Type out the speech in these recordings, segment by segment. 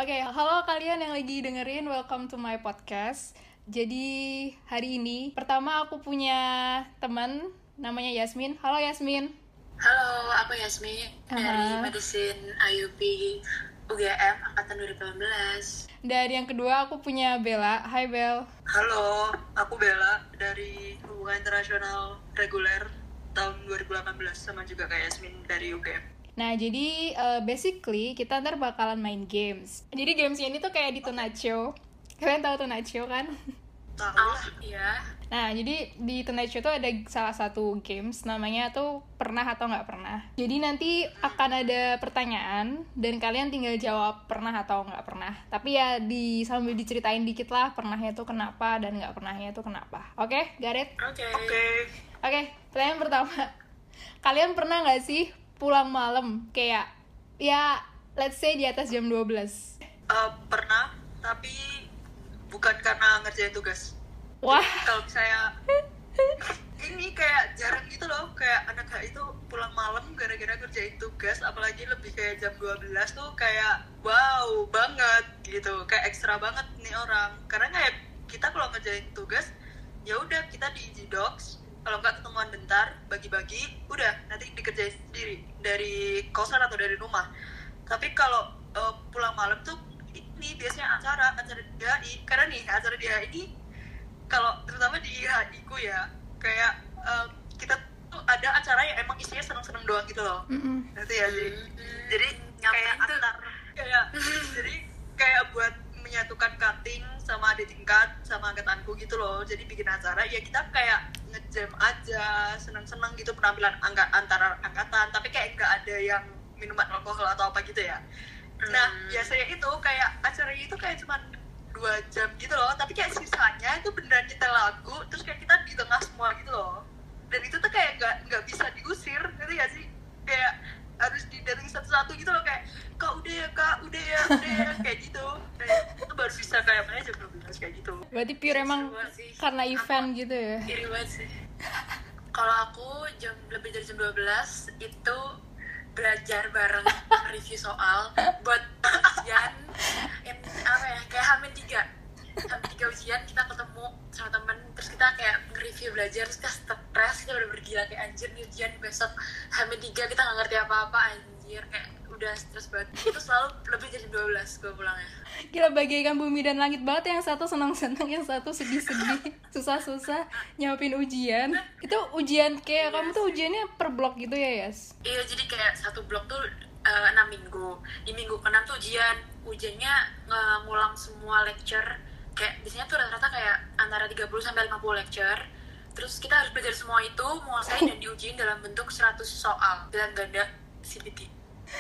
Oke, halo kalian yang lagi dengerin, welcome to my podcast. Jadi hari ini pertama aku punya teman namanya Yasmin. Halo Yasmin. Halo, aku Yasmin dari Medicine IUP UGM angkatan 2018. Dan yang kedua aku punya Bella. Hai Bel. Halo, aku Bella dari Hubungan Internasional Reguler tahun 2018 sama juga kayak Yasmin dari UGM. Nah, jadi basically kita ntar bakalan main games. Jadi games ini tuh kayak di Tonight Show. Kalian tahu Tonight Show kan? Tahu Iya. Nah, jadi di Tonight Show tuh ada salah satu games namanya tuh pernah atau nggak pernah. Jadi nanti akan ada pertanyaan dan kalian tinggal jawab pernah atau nggak pernah. Tapi ya sambil diceritain dikit lah pernahnya tuh kenapa dan nggak pernahnya tuh kenapa. Oke, got it? Oke, pertanyaan pertama. Kalian pernah nggak sih pulang malam kayak ya let's say di atas jam 12? Pernah, tapi bukan karena ngerjain tugas. Wah. Jadi, kalau misalnya ini kayak jarang gitu loh, kayak anak itu pulang malam gara-gara ngerjain tugas, apalagi lebih kayak jam 12 tuh kayak wow banget gitu, kayak ekstra banget nih orang. Karena kayak kita kalau ngerjain tugas ya udah kita di Easy Docs, kalau nggak ketemuan bentar, bagi-bagi, udah nanti dikerjain sendiri dari kosan atau dari rumah. Tapi kalau pulang malam tuh ini biasanya acara DHI, karena nih acara DHI ini kalau terutama di HI ku ya kayak kita tuh ada acara yang emang isinya seneng-seneng doang gitu loh. Nanti ya jadi kayak antar kayak jadi kayak buat menyatukan cutting sama adik tingkat sama angkatanku gitu loh. Jadi bikin acara ya kita kayak ngejam aja, seneng-seneng gitu penampilan antara angkatan, tapi kayak nggak ada yang minuman alkohol atau apa gitu ya. Nah biasanya itu kayak acaranya itu kayak cuma 2 jam gitu loh, tapi kayak sisanya itu beneran nyetel lagu, terus kayak kita di tengah semua gitu loh. Dan itu tuh kayak nggak bisa diusir, ngerti gak sih? Kayak harus didatengin satu-satu gitu loh, kayak kak udah ya kayak gitu. Kayak itu baru bisa kayak mana jam 12 kayak gitu. Berarti pure emang karena event gitu ya? Iri banget sih. Kalau aku lebih dari jam 12 itu belajar bareng review soal buat ujian kayak Hamin 3 ujian kita ketemu sama temen, terus kita kayak nge-review belajar, terus kita stres, kita udah bergila kayak anjir nih ujian besok Hamin 3 kita gak ngerti apa-apa anjir, kayak udah stres banget. Itu selalu lebih dari 12 gue pulangnya. Gila, bagaikan bumi dan langit banget, yang satu senang-senang, yang satu sedih-sedih, susah-susah nyiapin ujian. Itu ujian kayak kamu tuh ujiannya per blok gitu ya, Yas? Iya, jadi kayak satu blok tuh 6 minggu. Di minggu ke-6 tuh ujiannya ngulang semua lecture. Kayak biasanya tuh rata-rata kayak antara 30 sampai 50 lecture. Terus kita harus belajar semua itu, menguasai dan diujiin dalam bentuk 100 soal dalam ganda CBT.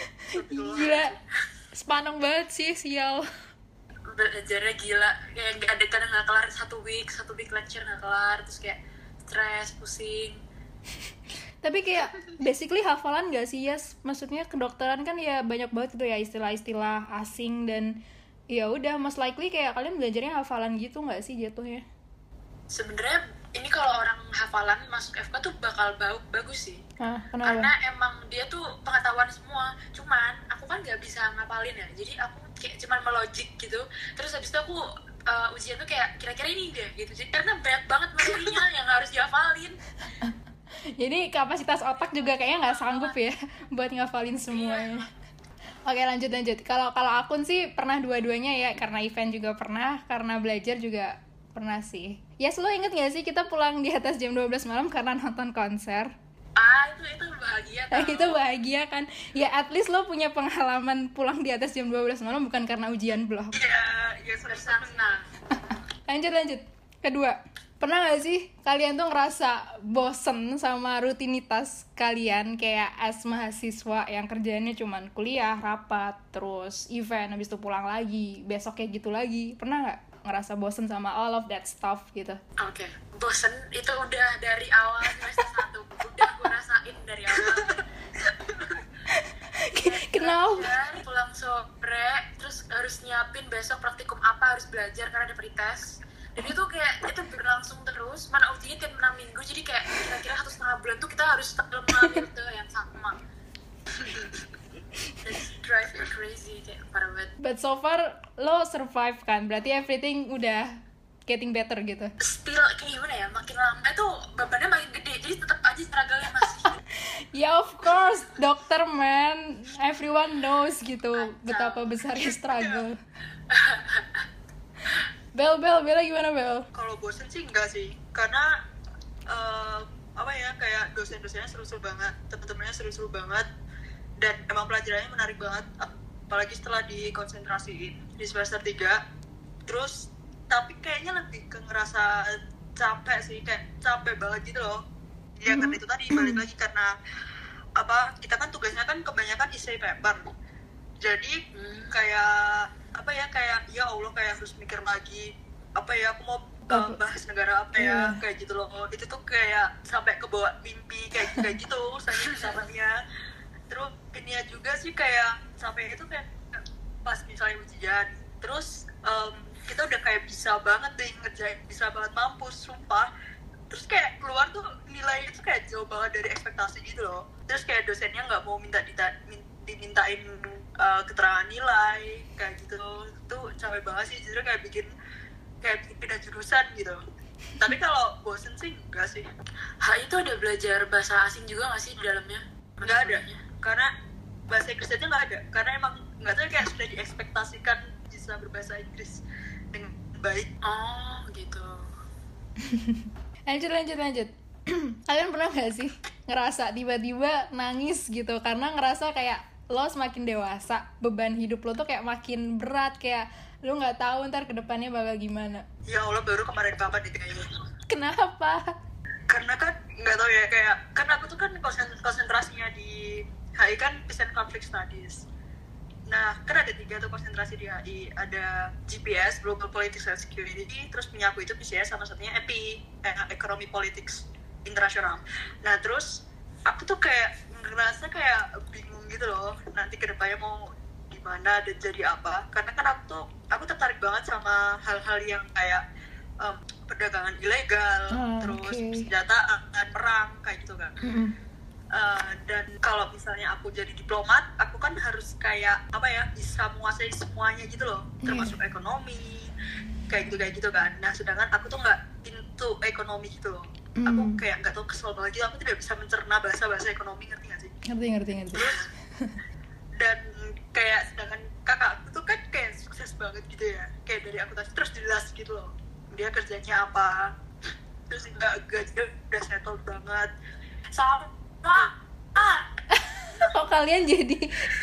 Gila, sepaneng banget sih, sial. Belajarnya gila, kayak gak ada, kadang gak kelar satu week lecture gak kelar, terus kayak stres, pusing. Tapi kayak basically hafalan gak sih, Yas? Maksudnya kedokteran kan ya banyak banget gitu ya istilah-istilah asing, dan ya udah most likely kayak kalian belajarnya hafalan gitu gak sih jatuhnya? Sebenarnya ini kalau orang hafalan masuk FK tuh bakal bagus sih. Kenapa? Karena emang dia tuh pengetahuan semua, cuman aku kan nggak bisa ngapalin ya, jadi aku kayak cuman melogik gitu, terus habis itu aku ujian tuh kayak kira-kira ini deh gitu, jadi karena banyak banget materinya yang harus dihafalin. Jadi kapasitas otak juga kayaknya nggak sanggup ya buat ngafalin semuanya. Oke, lanjut. Kalau akun sih pernah dua-duanya ya, karena event juga pernah, karena belajar juga pernah sih. Yes, lo inget gak sih kita pulang di atas jam 12 malam karena nonton konser? Itu bahagia tau. Itu bahagia kan? Ya at least lo punya pengalaman pulang di atas jam 12 malam bukan karena ujian blok. Iya, senang. Lanjut. Kedua, pernah gak sih kalian tuh ngerasa bosen sama rutinitas kalian kayak as mahasiswa yang kerjaannya cuman kuliah, rapat, terus event, habis itu pulang lagi, besok kayak gitu lagi? Pernah gak ngerasa bosen sama all of that stuff gitu? Oke. Bosen itu udah dari awal semester 1, udah gue rasain dari awal. Kenapa? Pulang sore, terus harus nyiapin besok praktikum apa, harus belajar karena ada pretest. Dan itu kayak itu berlangsung terus, mana ujiannya tiap 6 minggu, jadi kayak kira-kira 1,5 bulan tuh kita harus mengambil yang sama. That's drive me crazy, kayak parah banget. But so far lo survive kan, berarti everything udah getting better gitu. Still kayak gimana ya, makin lama tuh bebannya makin gede, jadi tetap aja struggle-nya masih. Ya of course, dokter man, everyone knows gitu betapa besarnya struggle. Bella gimana Bel? Kalau bosen sih enggak sih, karena apa ya, kayak dosen-dosennya seru-seru banget, teman-temannya seru-seru banget, dan emang pelajarannya menarik banget, apalagi setelah dikonsentrasiin di semester 3. Terus tapi kayaknya lebih ke ngerasa capek sih, kayak capek banget gitu loh ya, karena itu tadi balik lagi karena apa, kita kan tugasnya kan kebanyakan essay paper, jadi kayak apa ya, kayak ya Allah, kayak harus mikir lagi apa ya, aku mau bahas negara apa ya, kayak gitu loh. Itu tuh kayak sampai kebawa mimpi kayak gitu saking samanya. Terus ini ya juga sih, kayak sampai itu kayak pas misalnya ujian, terus kita udah kayak bisa banget deh ngerjain, bisa banget mampus sumpah, terus kayak keluar tuh nilainya tuh kayak jauh banget dari ekspektasi gitu loh. Terus kayak dosennya nggak mau dimintain keterangan nilai kayak gitu, tuh capek banget sih, justru kayak bikin pindah jurusan gitu. Tapi kalau bosen sih enggak sih. Itu ada belajar bahasa asing juga nggak sih di dalamnya? Nggak ada, karena bahasa Inggris aja nggak ada, karena emang nggak tahu, kayak sudah diekspektasikan bisa berbahasa Inggris dengan baik. Oh gitu. Lanjut. Kalian pernah gak sih ngerasa tiba-tiba nangis gitu karena ngerasa kayak lo semakin dewasa, beban hidup lo tuh kayak makin berat, kayak lo nggak tahu ntar kedepannya bakal gimana? Ya Allah, baru kemarin kapan deh kayaknya. Kenapa? Karena kan nggak tahu ya, kayak kan aku tuh kan konsentrasinya di HI kan Peace and Conflict Studies. Nah, kan ada 3 tuh konsentrasi di HI, ada GPS, Global Politics and Security, terus punya aku itu PCS, sama satunya EPI, Economy Politics International. Nah, terus aku tuh kayak ngerasa kayak bingung gitu loh, nanti kedepannya mau gimana dan jadi apa. Karena kan aku tertarik banget sama hal-hal yang kayak perdagangan ilegal, terus senjataan, perang, kayak gitu kan. Dan kalau misalnya aku jadi diplomat, aku kan harus kayak apa ya, bisa menguasai semuanya gitu loh, termasuk ekonomi, kayak gitu kan. Nah, sedangkan aku tuh nggak into ekonomi gitu loh. Aku kayak nggak tahu, kesel banget gitu, aku tidak bisa mencerna bahasa ekonomi, ngerti nggak sih? Ngerti. Terus dan kayak sedangkan kakak aku tuh kan kayak sukses banget gitu ya, kayak dari akuntansi terus jelas gitu loh dia kerjanya apa, terus gajinya udah settle banget sama kok kalian jadi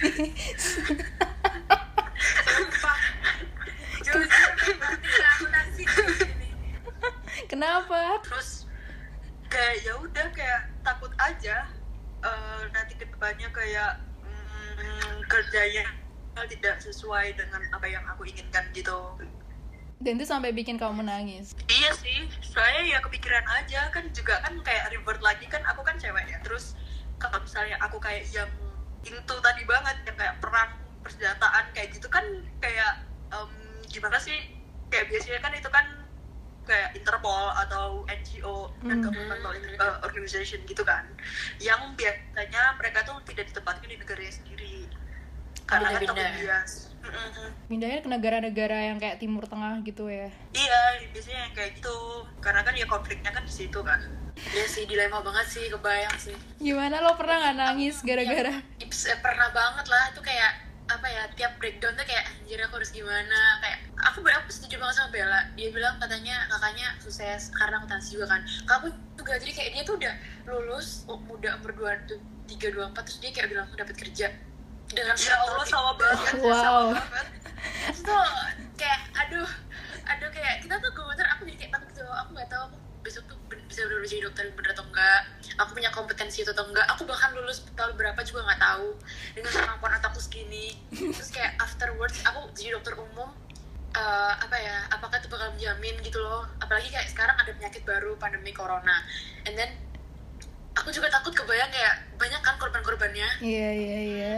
kenapa? Terus kayak ya udah, kayak takut aja nanti kedepannya kayak kerjanya tidak sesuai dengan apa yang aku inginkan gitu. Dan itu sampai bikin kamu menangis. Iya sih, soalnya ya kepikiran aja, kan juga kan kayak revert lagi, kan aku kan cewek ya. Terus kalau misalnya aku kayak yang into tadi banget, yang kayak perang, persenjataan kayak gitu kan, kayak gimana sih, kayak biasanya kan itu kan kayak Interpol atau NGO dan governmental organization gitu kan, yang biasanya mereka tuh tidak ditempatkan di negaranya sendiri karena kan takut bias. Pindahnya ke negara-negara yang kayak Timur Tengah gitu ya? Iya, biasanya yang kayak gitu, karena kan ya konfliknya kan di situ kan. Iya sih, dilema banget sih, kebayang sih. Gimana, lo pernah nggak nangis gara-gara? Pernah banget lah, itu kayak apa ya, tiap breakdown tuh kayak anjir aku harus gimana. Kayak aku setuju banget sama Bella, dia bilang katanya kakaknya sukses karena akuntansi juga kan, kamu juga. Jadi kayak dia tuh udah lulus muda umur 23-24, terus dia kayak bilang dapat kerja dengan ya Allah, sama banget. Wow. Sama banget. Terus tuh kayak aduh kayak kita tuh gemeter, aku jadi kayak takut gitu, aku nggak tahu aku besok tuh bisa bener-bener jadi dokter bener atau enggak, aku punya kompetensi itu atau enggak, aku bahkan lulus tahun berapa juga nggak tahu dengan kemampuan otakku segini. Terus kayak afterwards aku jadi dokter umum, apa ya, apakah itu bakal menjamin gitu loh, apalagi kayak sekarang ada penyakit baru, pandemi corona, and then aku juga takut kebayang kayak banyak kan korban-korbannya. Iya.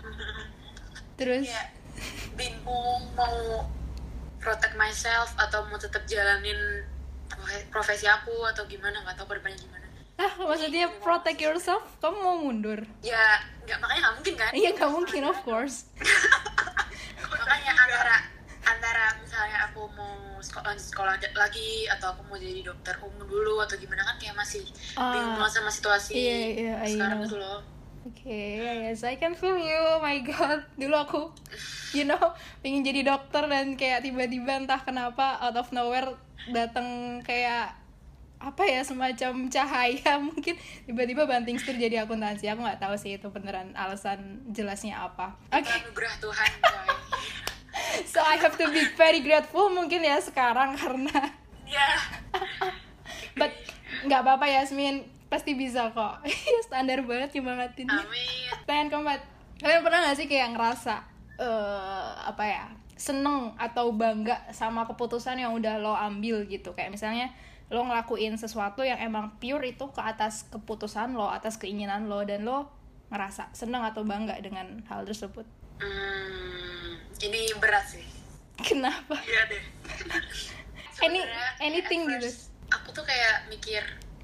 Terus kayak bingung mau protect myself atau mau tetap jalanin profesi aku atau gimana, nggak tahu kedepannya gimana. Maksudnya protect yourself, kamu mau mundur? Ya nggak, makanya nggak mungkin kan. Iya, nggak mungkin, of course. aku mau sekolah lagi atau aku mau jadi dokter umum dulu atau gimana, kan kayak masih bingung banget sama situasi sekarang gitu loh. Yes, I can feel you. Oh my god, dulu aku pengen jadi dokter dan kayak tiba-tiba entah kenapa out of nowhere datang kayak apa ya, semacam cahaya mungkin, tiba-tiba banting setir jadi akuntansi. Aku nggak tahu sih itu beneran alasan jelasnya apa. Anugerah Tuhan, coy. So I have to be very grateful mungkin ya sekarang karena but nggak apa-apa Yasmin, pasti bisa kok. Standar banget nyemangatin. Amin. Pertanyaan keempat, kalian pernah nggak sih kayak ngerasa seneng atau bangga sama keputusan yang udah lo ambil gitu, kayak misalnya lo ngelakuin sesuatu yang emang pure itu ke atas keputusan lo, atas keinginan lo, dan lo ngerasa seneng atau bangga dengan hal tersebut? Ini berat sih. Kenapa? Iya deh. Anything gitu. Aku tuh kayak mikir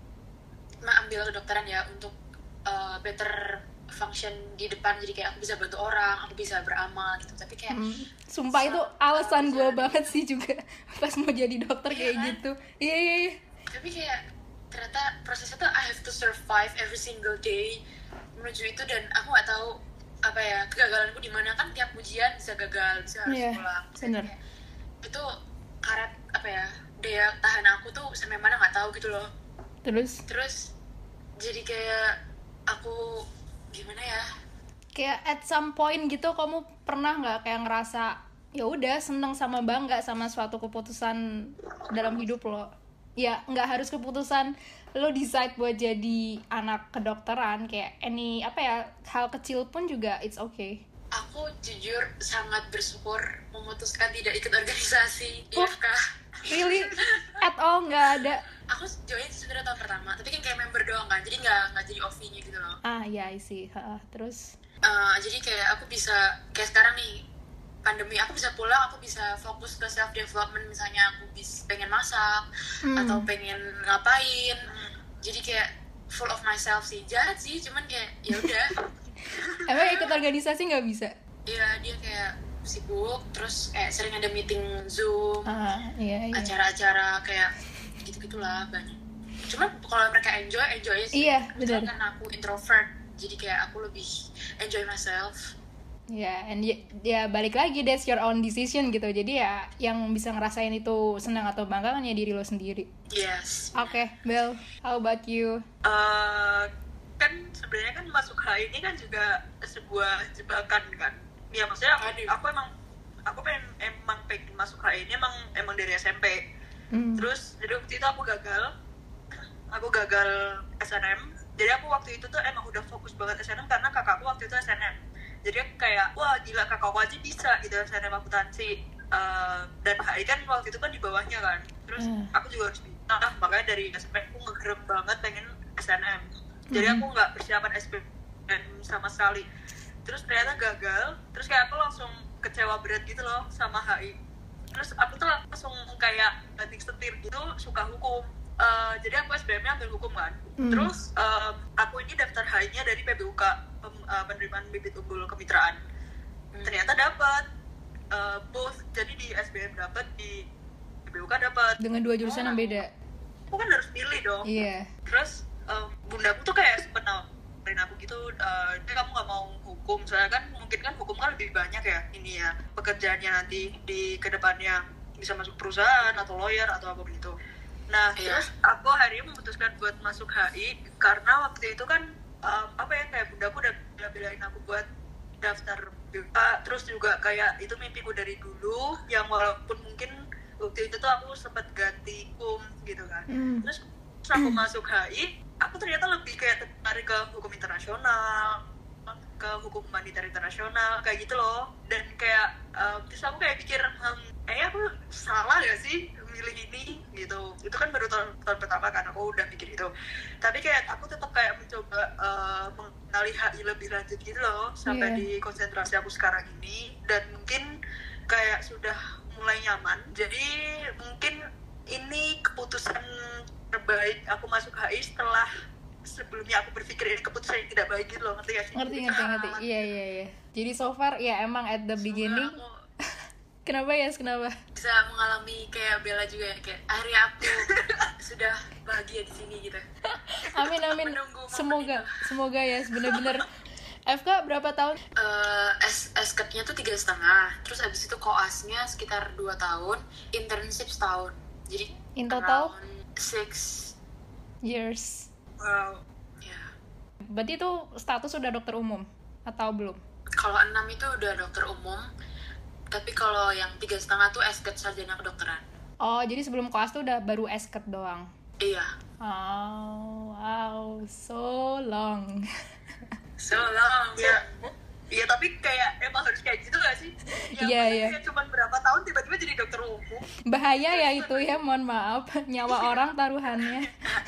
ambil kedokteran ya untuk better function di depan, jadi kayak aku bisa bantu orang, aku bisa beramal gitu. Tapi kayak sumpah itu alasan gue banget sih juga pas mau jadi dokter kayak kan? gitu. Iya. Tapi kayak ternyata prosesnya tuh I have to survive every single day menuju itu, dan aku nggak tahu apa ya kegagalanku di mana. Kan tiap ujian bisa gagal, bisa harus pulang. Bener. Itu karat apa ya, daya tahan aku tuh sampai mana nggak tahu gitu loh. Terus jadi kayak aku gimana ya, kayak at some point gitu kamu pernah nggak kayak ngerasa ya udah seneng sama bangga sama suatu keputusan dalam hidup lo? Ya nggak harus keputusan lo decide buat jadi anak kedokteran, kayak hal kecil pun juga it's okay. Aku jujur sangat bersyukur memutuskan tidak ikut organisasi IFK. Really? At all nggak ada? Aku join sebenarnya tahun pertama, tapi kan kayak member doang kan, jadi nggak jadi OV-nya gitu loh. Ya I see. Terus? Jadi kayak aku bisa kayak sekarang nih pandemi, aku bisa pulang, aku bisa fokus ke self development, misalnya aku pengen masak atau pengen ngapain. Jadi kayak full of myself sih, jahat sih, cuman kayak ya udah. Emang ikut organisasi nggak bisa? Iya, dia kayak sibuk, terus kayak sering ada meeting Zoom, iya. acara-acara kayak gitu-gitulah banyak. Cuman kalau mereka enjoy sih. Iya, benar. Karena aku introvert, jadi kayak aku lebih enjoy myself. And balik lagi, that's your own decision gitu. Jadi ya yang bisa ngerasain itu senang atau bangga kan ya diri lo sendiri. Yes. Oke, Bel, how about you? Kan sebenarnya kan masuk HI ini kan juga sebuah jebakan kan. Ya maksudnya aku emang pengen masuk HI ini emang dari SMP. Terus jadi waktu itu aku gagal SNM. Jadi aku waktu itu tuh emang udah fokus banget SNM karena kakakku waktu itu SNM. Jadi kayak wah gila, kakakku aja bisa gitu SNM akuntansi. Dan HI kan waktu itu kan di bawahnya kan. Terus aku juga harus bisa. Makanya dari SMP aku ngegerem banget pengen SNM. Jadi aku nggak persiapan SBM sama sekali. Terus ternyata gagal. Terus kayak aku langsung kecewa berat gitu loh sama HI. Terus aku tuh langsung kayak banting setir gitu, suka hukum. Jadi aku SBM-nya ambil hukum kan. Terus aku ini daftar HI-nya dari PBUK, penerimaan bibit unggul kemitraan. Ternyata dapat both. Jadi di SBM dapat, di PBUK dapat. Dengan 2 jurusan yang beda. Aku kan harus pilih dong. Iya. Terus bundaku tuh kayak sempet nawarin aku gitu, jadi kamu nggak mau hukum, soalnya kan mungkin kan hukum kan lebih banyak ya ini ya pekerjaannya nanti di kedepannya, bisa masuk perusahaan atau lawyer atau apa begitu. Nah terus aku akhirnya memutuskan buat masuk HI karena waktu itu kan kayak bundaku udah belain aku buat daftar BUK, terus juga kayak itu mimpiku dari dulu, yang walaupun mungkin waktu itu tuh aku sempat ganti hukum gitu kan. Terus aku masuk HI, aku ternyata lebih kayak tertarik ke hukum internasional, ke hukum humaniter internasional kayak gitu loh. Dan kayak terus aku kayak pikir aku salah gak sih milih ini gitu. Itu kan baru tahun pertama kan aku udah mikir itu. Tapi kayak aku tetap kayak mencoba mengenali HI lebih lanjut gitu loh, sampai di konsentrasi aku sekarang ini. Dan mungkin kayak sudah mulai nyaman. Jadi mungkin ini keputusan terbaik aku masuk HI setelah sebelumnya aku berpikir ini keputusan yang tidak baik gitu loh, ngerti gak sih? Ngerti. Iya. Jadi so far ya emang at the beginning Kenapa ya? Kenapa? Bisa mengalami kayak Bella juga ya, kayak akhirnya aku sudah bahagia di sini gitu. Amin. Menunggu momen Semoga ya bener-bener. FK berapa tahun? SKT-nya tuh 3,5, terus abis itu koasnya sekitar 2 tahun, internship setahun. Jadi In total? 6 Years. Wow. ya. Berarti itu status udah dokter umum atau belum? Kalau 6 itu udah dokter umum, tapi kalau yang 3,5 tuh SKT sarjana kedokteran. Oh, jadi sebelum koas tuh udah baru esket doang. Iya. Oh, wow, so long. So long. Iya tapi kayak emang harus kayak gitu gak sih? Iya. Kayak cuma berapa tahun tiba-tiba jadi dokter umum. Bahaya ya itu ya, mohon maaf. Nyawa orang taruhannya.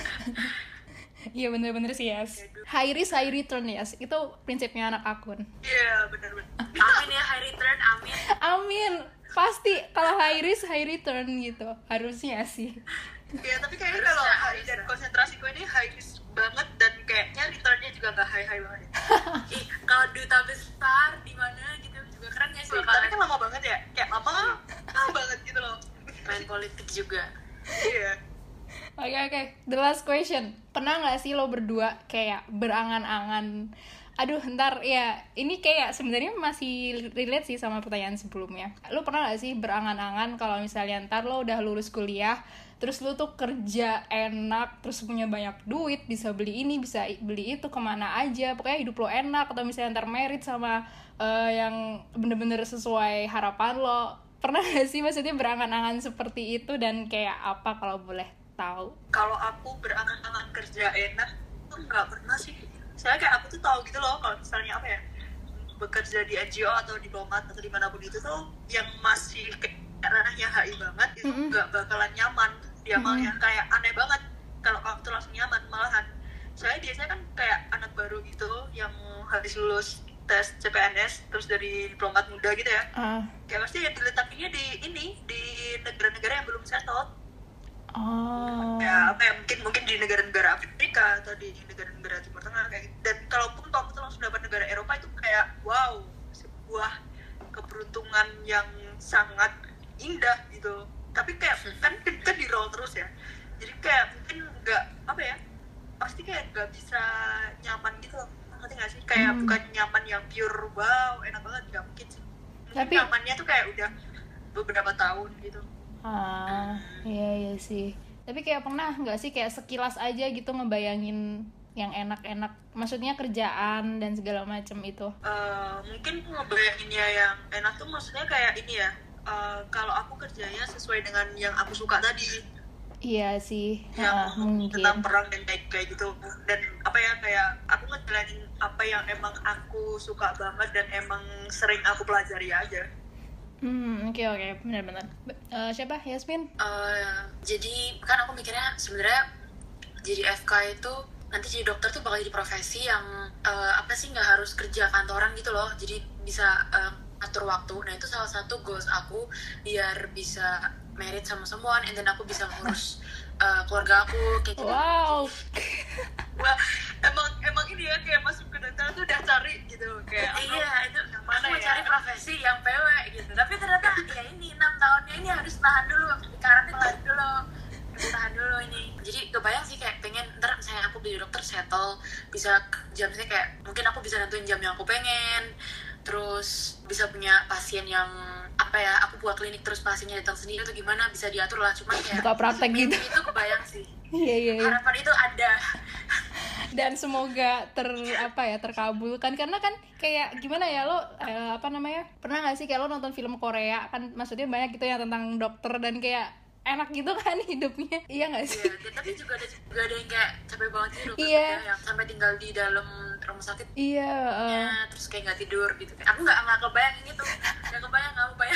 Iya bener-bener sih, Yes. High risk, high return, Yes. Itu prinsipnya anak akun. Iya benar-benar. Amin ya, high return, amin. Amin. Pasti kalau high risk, high return gitu. Harusnya sih. Iya tapi kayaknya Harusnya, kalau HI harusnya. dan konsentrasiku ini high risk banget dan kayaknya returnnya juga gak high banget. Ih, kalau duta besar di mana gitu juga keren ya sih. Tapi kan lama banget ya, kayak lama banget gitu loh. Main politik juga. Iya. Oke. The last question. Pernah nggak sih lo berdua kayak berangan-angan? Aduh, ntar ya. Ini kayak sebenarnya masih relate sih sama pertanyaan sebelumnya. Lo pernah nggak sih berangan-angan kalau misalnya ntar lo udah lulus kuliah, terus lo tuh kerja enak, terus punya banyak duit, bisa beli ini, bisa beli itu, kemana aja, pokoknya hidup lo enak, atau misalnya ntar married sama yang bener-bener sesuai harapan lo. Pernah gak sih maksudnya berangan-angan seperti itu, dan kayak apa kalau boleh tahu? Kalau aku berangan-angan kerja enak tuh nggak pernah sih. Saya kayak aku tuh tahu gitu loh kalau misalnya apa ya, bekerja di NGO atau diplomat atau dimanapun itu tuh yang masih kayak ranahnya HI banget itu nggak bakalan nyaman. Dia malah yang kayak aneh banget kalau kamu tuh langsung nyaman. Malahan saya biasanya kan kayak anak baru gitu yang habis lulus tes CPNS terus dari diplomat muda gitu ya, kayak pasti ya diletakinnya di negara-negara yang belum settled. Ya apa ya, mungkin di negara-negara Afrika atau di negara-negara Timur Tengah kayak gitu. Dan kalaupun kamu tuh langsung dapat negara Eropa itu kayak wow, sebuah keberuntungan yang sangat indah gitu. Tapi kayak kan di roll terus ya, jadi kayak mungkin nggak apa ya, pasti kayak nggak bisa nyaman gitu loh. Ngerti nggak sih? Kayak bukan nyaman yang pure wow enak banget, nggak mungkin sih. Tapi nyamannya tuh kayak udah beberapa tahun gitu. Iya sih. Tapi kayak pernah nggak sih kayak sekilas aja gitu ngebayangin yang enak-enak, maksudnya kerjaan dan segala macam itu? Mungkin ngebayanginnya yang enak tuh maksudnya kayak ini ya, kalau aku kerjanya sesuai dengan yang aku suka tadi. Iya sih, yang mungkin tentang perang dan kayak gitu. Dan apa ya, kayak aku ngejalanin apa yang emang aku suka banget dan emang sering aku pelajari aja. Oke, benar-benar. Siapa? Yasmin? Jadi kan aku mikirnya sebenarnya jadi FK itu nanti jadi dokter tuh bakal jadi profesi yang apa sih, nggak harus kerja kantoran gitu loh. Jadi bisa atur waktu. Nah itu salah satu goals aku biar bisa married sama someone, and then aku bisa ngurus keluarga aku kayak gitu. Wow. Wah, emang ini ya, kayak masuk ke dokter tuh udah cari gitu kayak iya, itu yang mana aku mau ya? cari profesi yang PW gitu. Tapi ternyata ya ini 6 tahunnya ini harus tahan dulu, karantina tahan dulu ini. Jadi kebayang sih kayak pengen ntar misalnya aku jadi dokter settle, bisa jam misalnya kayak mungkin aku bisa nentuin jam yang aku pengen, terus bisa punya pasien yang apa ya, aku buat klinik terus pasiennya datang sendiri atau gimana, bisa diatur lah. Cuman kayak buka praktek gitu. itu kebayang sih. Iya. Harapan itu ada. Dan semoga terkabulkan, karena kan kayak gimana ya, lo pernah nggak sih kayak lo nonton film Korea kan, maksudnya banyak gitu yang tentang dokter dan kayak enak gitu kan hidupnya, iya nggak sih? Iya, tapi juga ada yang kayak capek banget sih dokter, Iya. yang sampai tinggal di dalam rumah sakit. Iya. Terus kayak nggak tidur gitu. Aku nggak kebayangin itu, nggak kebayang.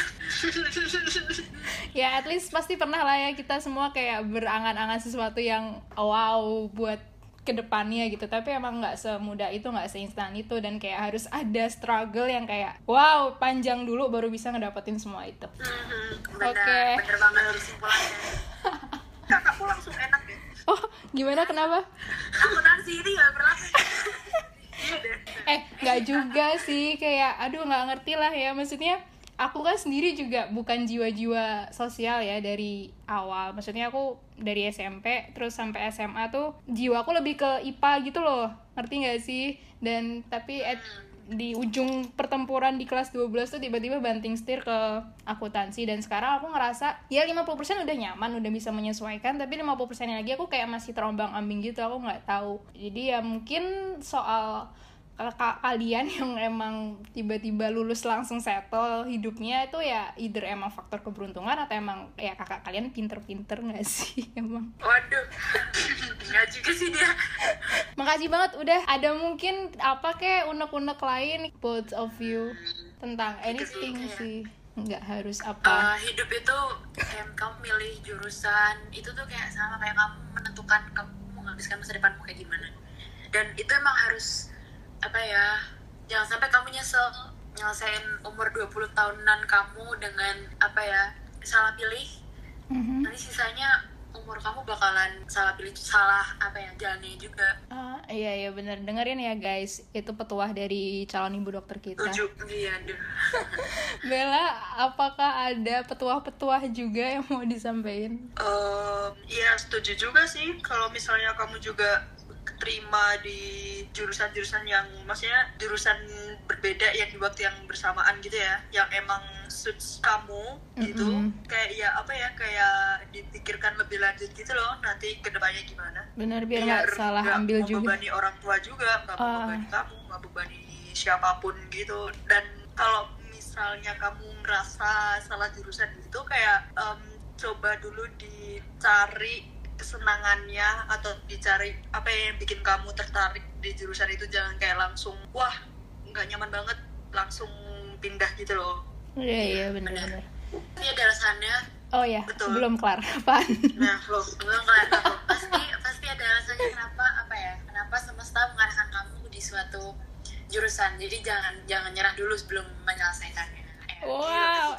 Ya at least pasti pernah lah ya kita semua kayak berangan-angan sesuatu yang wow buat kedepannya gitu, tapi emang nggak semudah itu, nggak seinstan itu, dan kayak harus ada struggle yang kayak wow panjang dulu baru bisa ngedapetin semua itu. Bener banget kesimpulannya. Kakakku langsung enak deh. Oh gimana, kenapa? Akuntansi ini nggak berlaku. Iya deh. Nggak juga sih, kayak aduh nggak ngerti lah ya, maksudnya aku kan sendiri juga bukan jiwa-jiwa sosial ya dari awal. Maksudnya aku dari SMP terus sampai SMA tuh jiwaku lebih ke IPA gitu loh. Ngerti gak sih? Dan tapi di ujung pertempuran di kelas 12 tuh tiba-tiba banting setir ke akuntansi, dan sekarang aku ngerasa ya 50% udah nyaman, udah bisa menyesuaikan, tapi 50% lagi aku kayak masih terombang-ambing gitu, aku nggak tahu. Jadi ya mungkin soal kalian yang emang tiba-tiba lulus langsung settle hidupnya itu ya either emang faktor keberuntungan atau emang ya kakak kalian pinter-pinter nggak sih emang. Waduh, nggak juga sih dia. Makasih banget udah ada mungkin apa kayak unek-unek lain both of you tentang anything sih, nggak harus apa. Hidup itu kayak kamu milih jurusan itu tuh kayak sama kayak kamu menentukan kamu menghabiskan masa depanmu kayak gimana, dan itu emang harus apa ya, jangan sampai kamu nyelesain umur 20 tahunan kamu dengan apa ya, salah pilih. Nanti sisanya umur kamu bakalan salah pilih, salah apa ya, jalannya juga. Iya bener, dengerin ya guys, itu petuah dari calon ibu dokter kita. Iya, aduh. Bella, apakah ada petuah-petuah juga yang mau disampaikan? Iya, setuju juga sih kalau misalnya kamu juga terima di jurusan-jurusan yang maksudnya jurusan berbeda yang di waktu yang bersamaan gitu ya, yang emang suits kamu gitu. Kayak ya apa ya, kayak dipikirkan lebih lanjut gitu loh nanti kedepannya gimana. Bener, biar nggak salah ambil juga, nggak membebani orang tua juga, nggak membebani kamu, nggak membebani siapapun gitu. Dan kalau misalnya kamu ngerasa salah jurusan gitu, kayak coba dulu dicari kesenangannya atau dicari apa yang bikin kamu tertarik di jurusan itu. Jangan kayak langsung wah nggak nyaman banget langsung pindah gitu loh. Iya benar. Ini ada alasannya. Oh ya, betul. Belum kelar apaan? Nah lo Belum kelar. pasti ada alasannya kenapa semesta mengarahkan kamu di suatu jurusan. Jadi jangan nyerah dulu sebelum menyelesaikannya. Wow,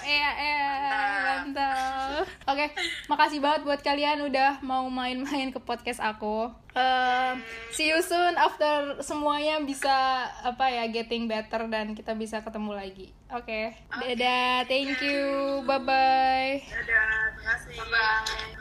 mantap. Oke, makasih banget buat kalian udah mau main-main ke podcast aku. See you soon after semuanya bisa apa ya, getting better dan kita bisa ketemu lagi. Oke. Dadah, thank you, bye bye. dadah, terima kasih. Bye.